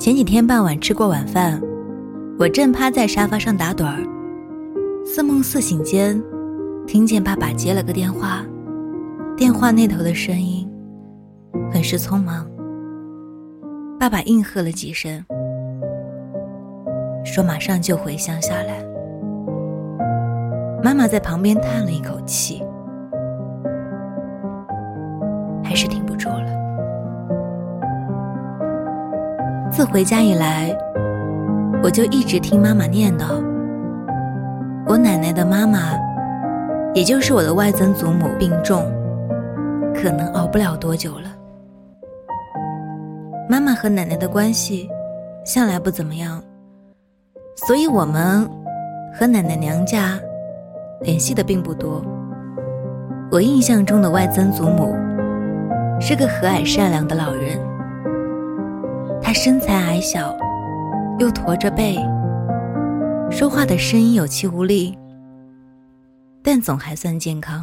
前几天傍晚吃过晚饭，我正趴在沙发上打盹儿，似梦似醒间，听见爸爸接了个电话，电话那头的声音很是匆忙。爸爸应和了几声，说马上就回乡下来。妈妈在旁边叹了一口气，还是挺不住了。自回家以来，我就一直听妈妈念叨，我奶奶的妈妈，也就是我的外曾祖母病重，可能熬不了多久了。妈妈和奶奶的关系向来不怎么样，所以我们和奶奶娘家联系的并不多。我印象中的外曾祖母是个和蔼善良的老人，她身材矮小，又驼着背，说话的声音有气无力，但总还算健康。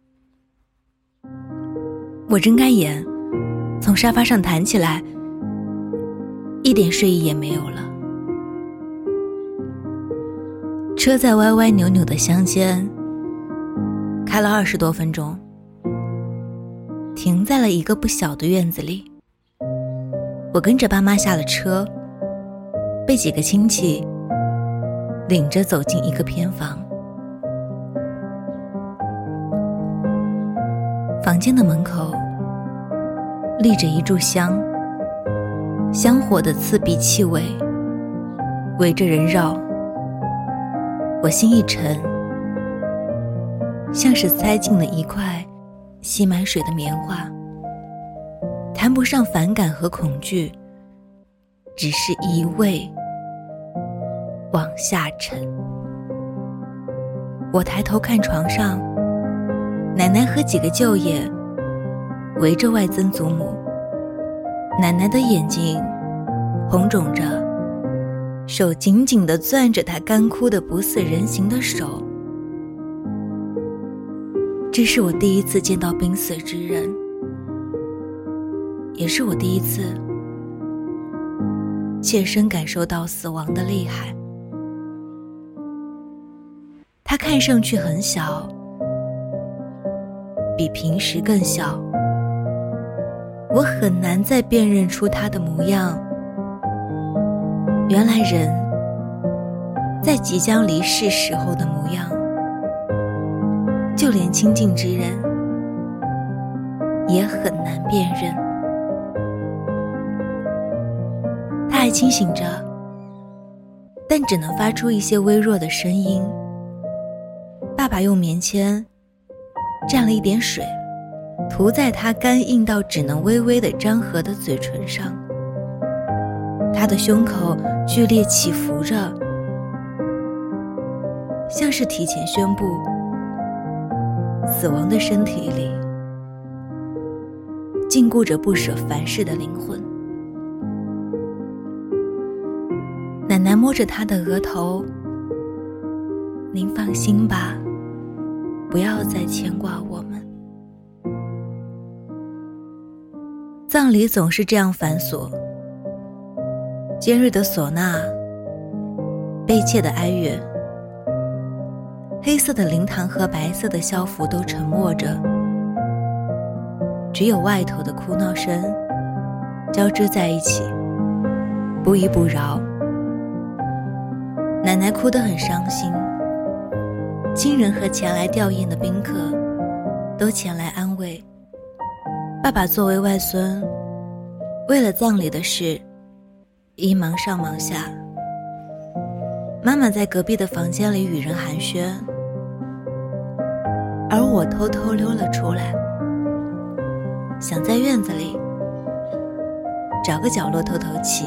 我睁开眼，从沙发上弹起来，一点睡意也没有了。车在歪歪扭扭的乡间开了20多分钟，停在了一个不小的院子里。我跟着爸妈下了车，被几个亲戚领着走进一个偏房。房间的门口立着一炷香，香火的刺鼻气味围着人绕，我心一沉，像是塞进了一块吸满水的棉花，谈不上反感和恐惧，只是一味往下沉。我抬头看床上，奶奶和几个舅爷围着外曾祖母，奶奶的眼睛红肿着，手紧紧地攥着她干枯的不似人形的手。这是我第一次见到濒死之人，也是我第一次切身感受到死亡的厉害。他看上去很小，比平时更小，我很难再辨认出他的模样。原来人在即将离世时候的模样，就连亲近之人也很难辨认。他还清醒着，但只能发出一些微弱的声音。爸爸用棉签蘸了一点水，涂在他干硬到只能微微地张合的嘴唇上。他的胸口剧烈起伏着，像是提前宣布死亡的身体里禁锢着不舍凡事的灵魂。奶奶摸着他的额头，您放心吧，不要再牵挂我们。葬礼总是这样繁琐，尖锐的唢呐，悲切的哀乐，黑色的灵堂和白色的校服都沉默着，只有外头的哭闹声交织在一起，不依不饶。奶奶哭得很伤心，亲人和前来吊唁的宾客都前来安慰。爸爸作为外孙，为了葬礼的事一忙上忙下。妈妈在隔壁的房间里与人寒暄，而我偷偷溜了出来，想在院子里找个角落透透气。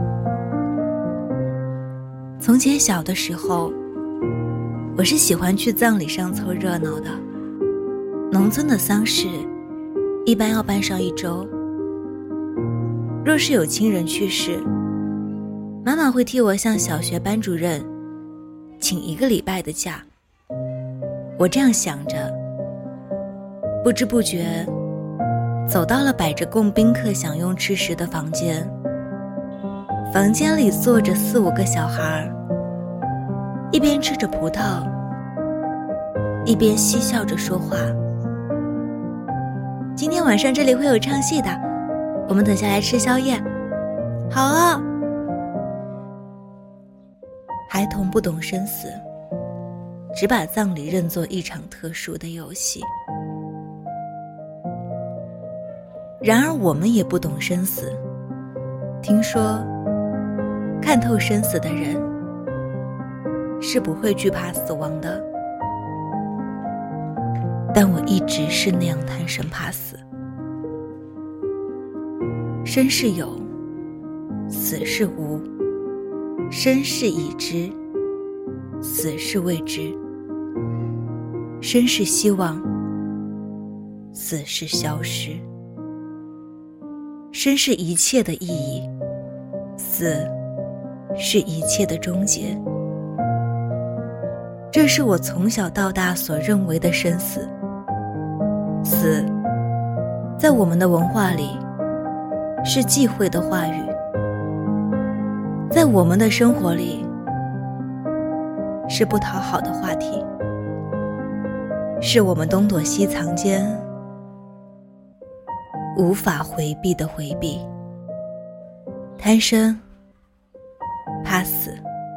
从前小的时候，我是喜欢去葬礼上凑热闹的。农村的丧事一般要办上1周，若是有亲人去世，妈妈会替我向小学班主任请1个礼拜的假。我这样想着，不知不觉走到了摆着供宾客享用吃食的房间， 房间里坐着4、5个小孩，一边吃着葡萄，一边嬉笑着说话。今天晚上这里会有唱戏的，我们等下来吃宵夜。好啊。孩童不懂生死，只把葬礼认作一场特殊的游戏。然而我们也不懂生死，听说看透生死的人是不会惧怕死亡的，但我一直是那样贪生怕死。生是有，死是无，生是已知，死是未知。生是希望，死是消失。生是一切的意义，死是一切的终结。这是我从小到大所认为的生死。死在我们的文化里是忌讳的话语，在我们的生活里是不讨好的话题，是我们东躲西藏间无法回避的回避。贪生怕死，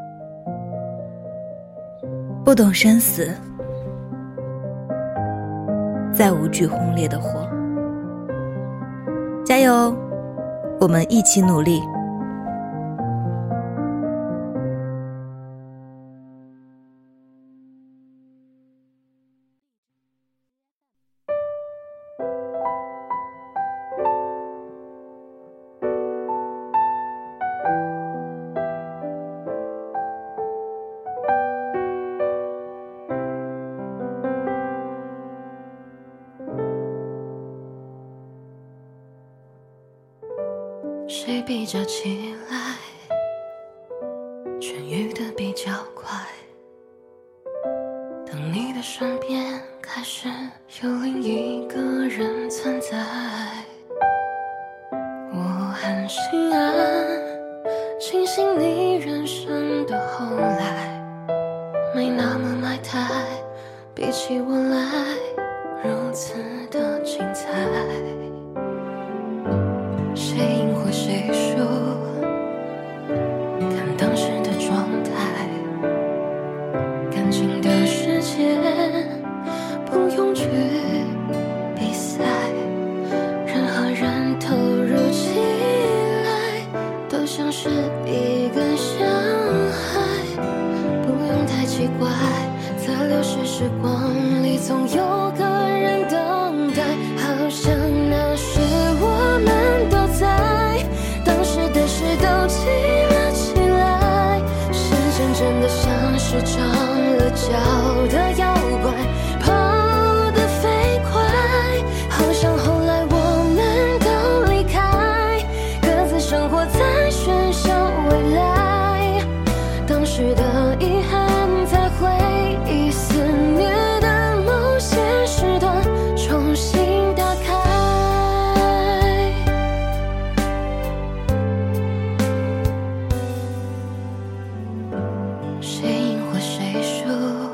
不懂生死，再无惧轰烈的火。加油，我们一起努力。 谁比较起来痊愈的比较快？当你的身边开始有另一个人存在，我很心安，庆幸你人生的后来没那么埋汰，比起我来如此的精彩。谁赢或谁输，看当时的状态。感情的世界不用去比赛，任何人投入起来都像是一个小孩，不用太奇怪，在流逝时光里总有个人等待，好像那时我们都在，当时的事都记了起来，时间真的像是长了脚的妖怪，跑得飞快，好像后来我们都离开，各自生活在喧嚣未来，当时的遗憾在回忆肆虐的某些时段重新打开。谁赢或谁输，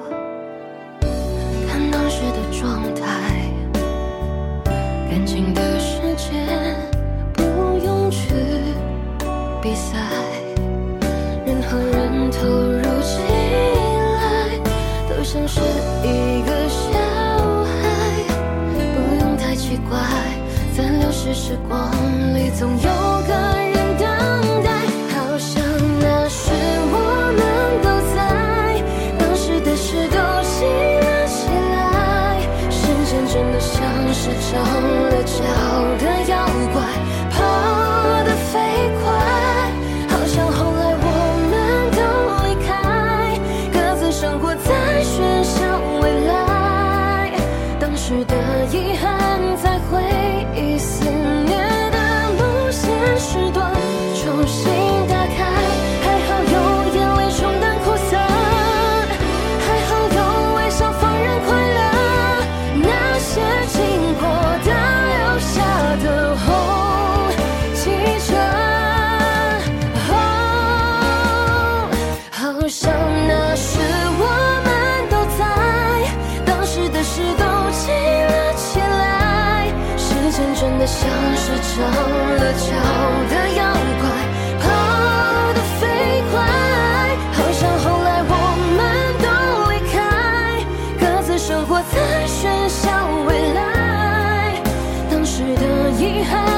看当时的状态。感情的世界不用去比赛，任何人投入起来都像是一个小孩，不用太奇怪，在流逝时光里总有个人等待，好像那时我们都在，当时的事都记了起来，时间真的像是长了脚的妖怪，跑得飞快，好像后来我们都离开，各自生活在喧嚣未来，当时的遗憾在回忆肆虐的某些时段重新打开，还好有眼泪冲淡苦涩，还好有微笑放任快乐，那些经过的留下的真的像是着了脚的妖怪，跑得飞快，好像后来我们都离开，各自生活在喧嚣未来，当时的遗憾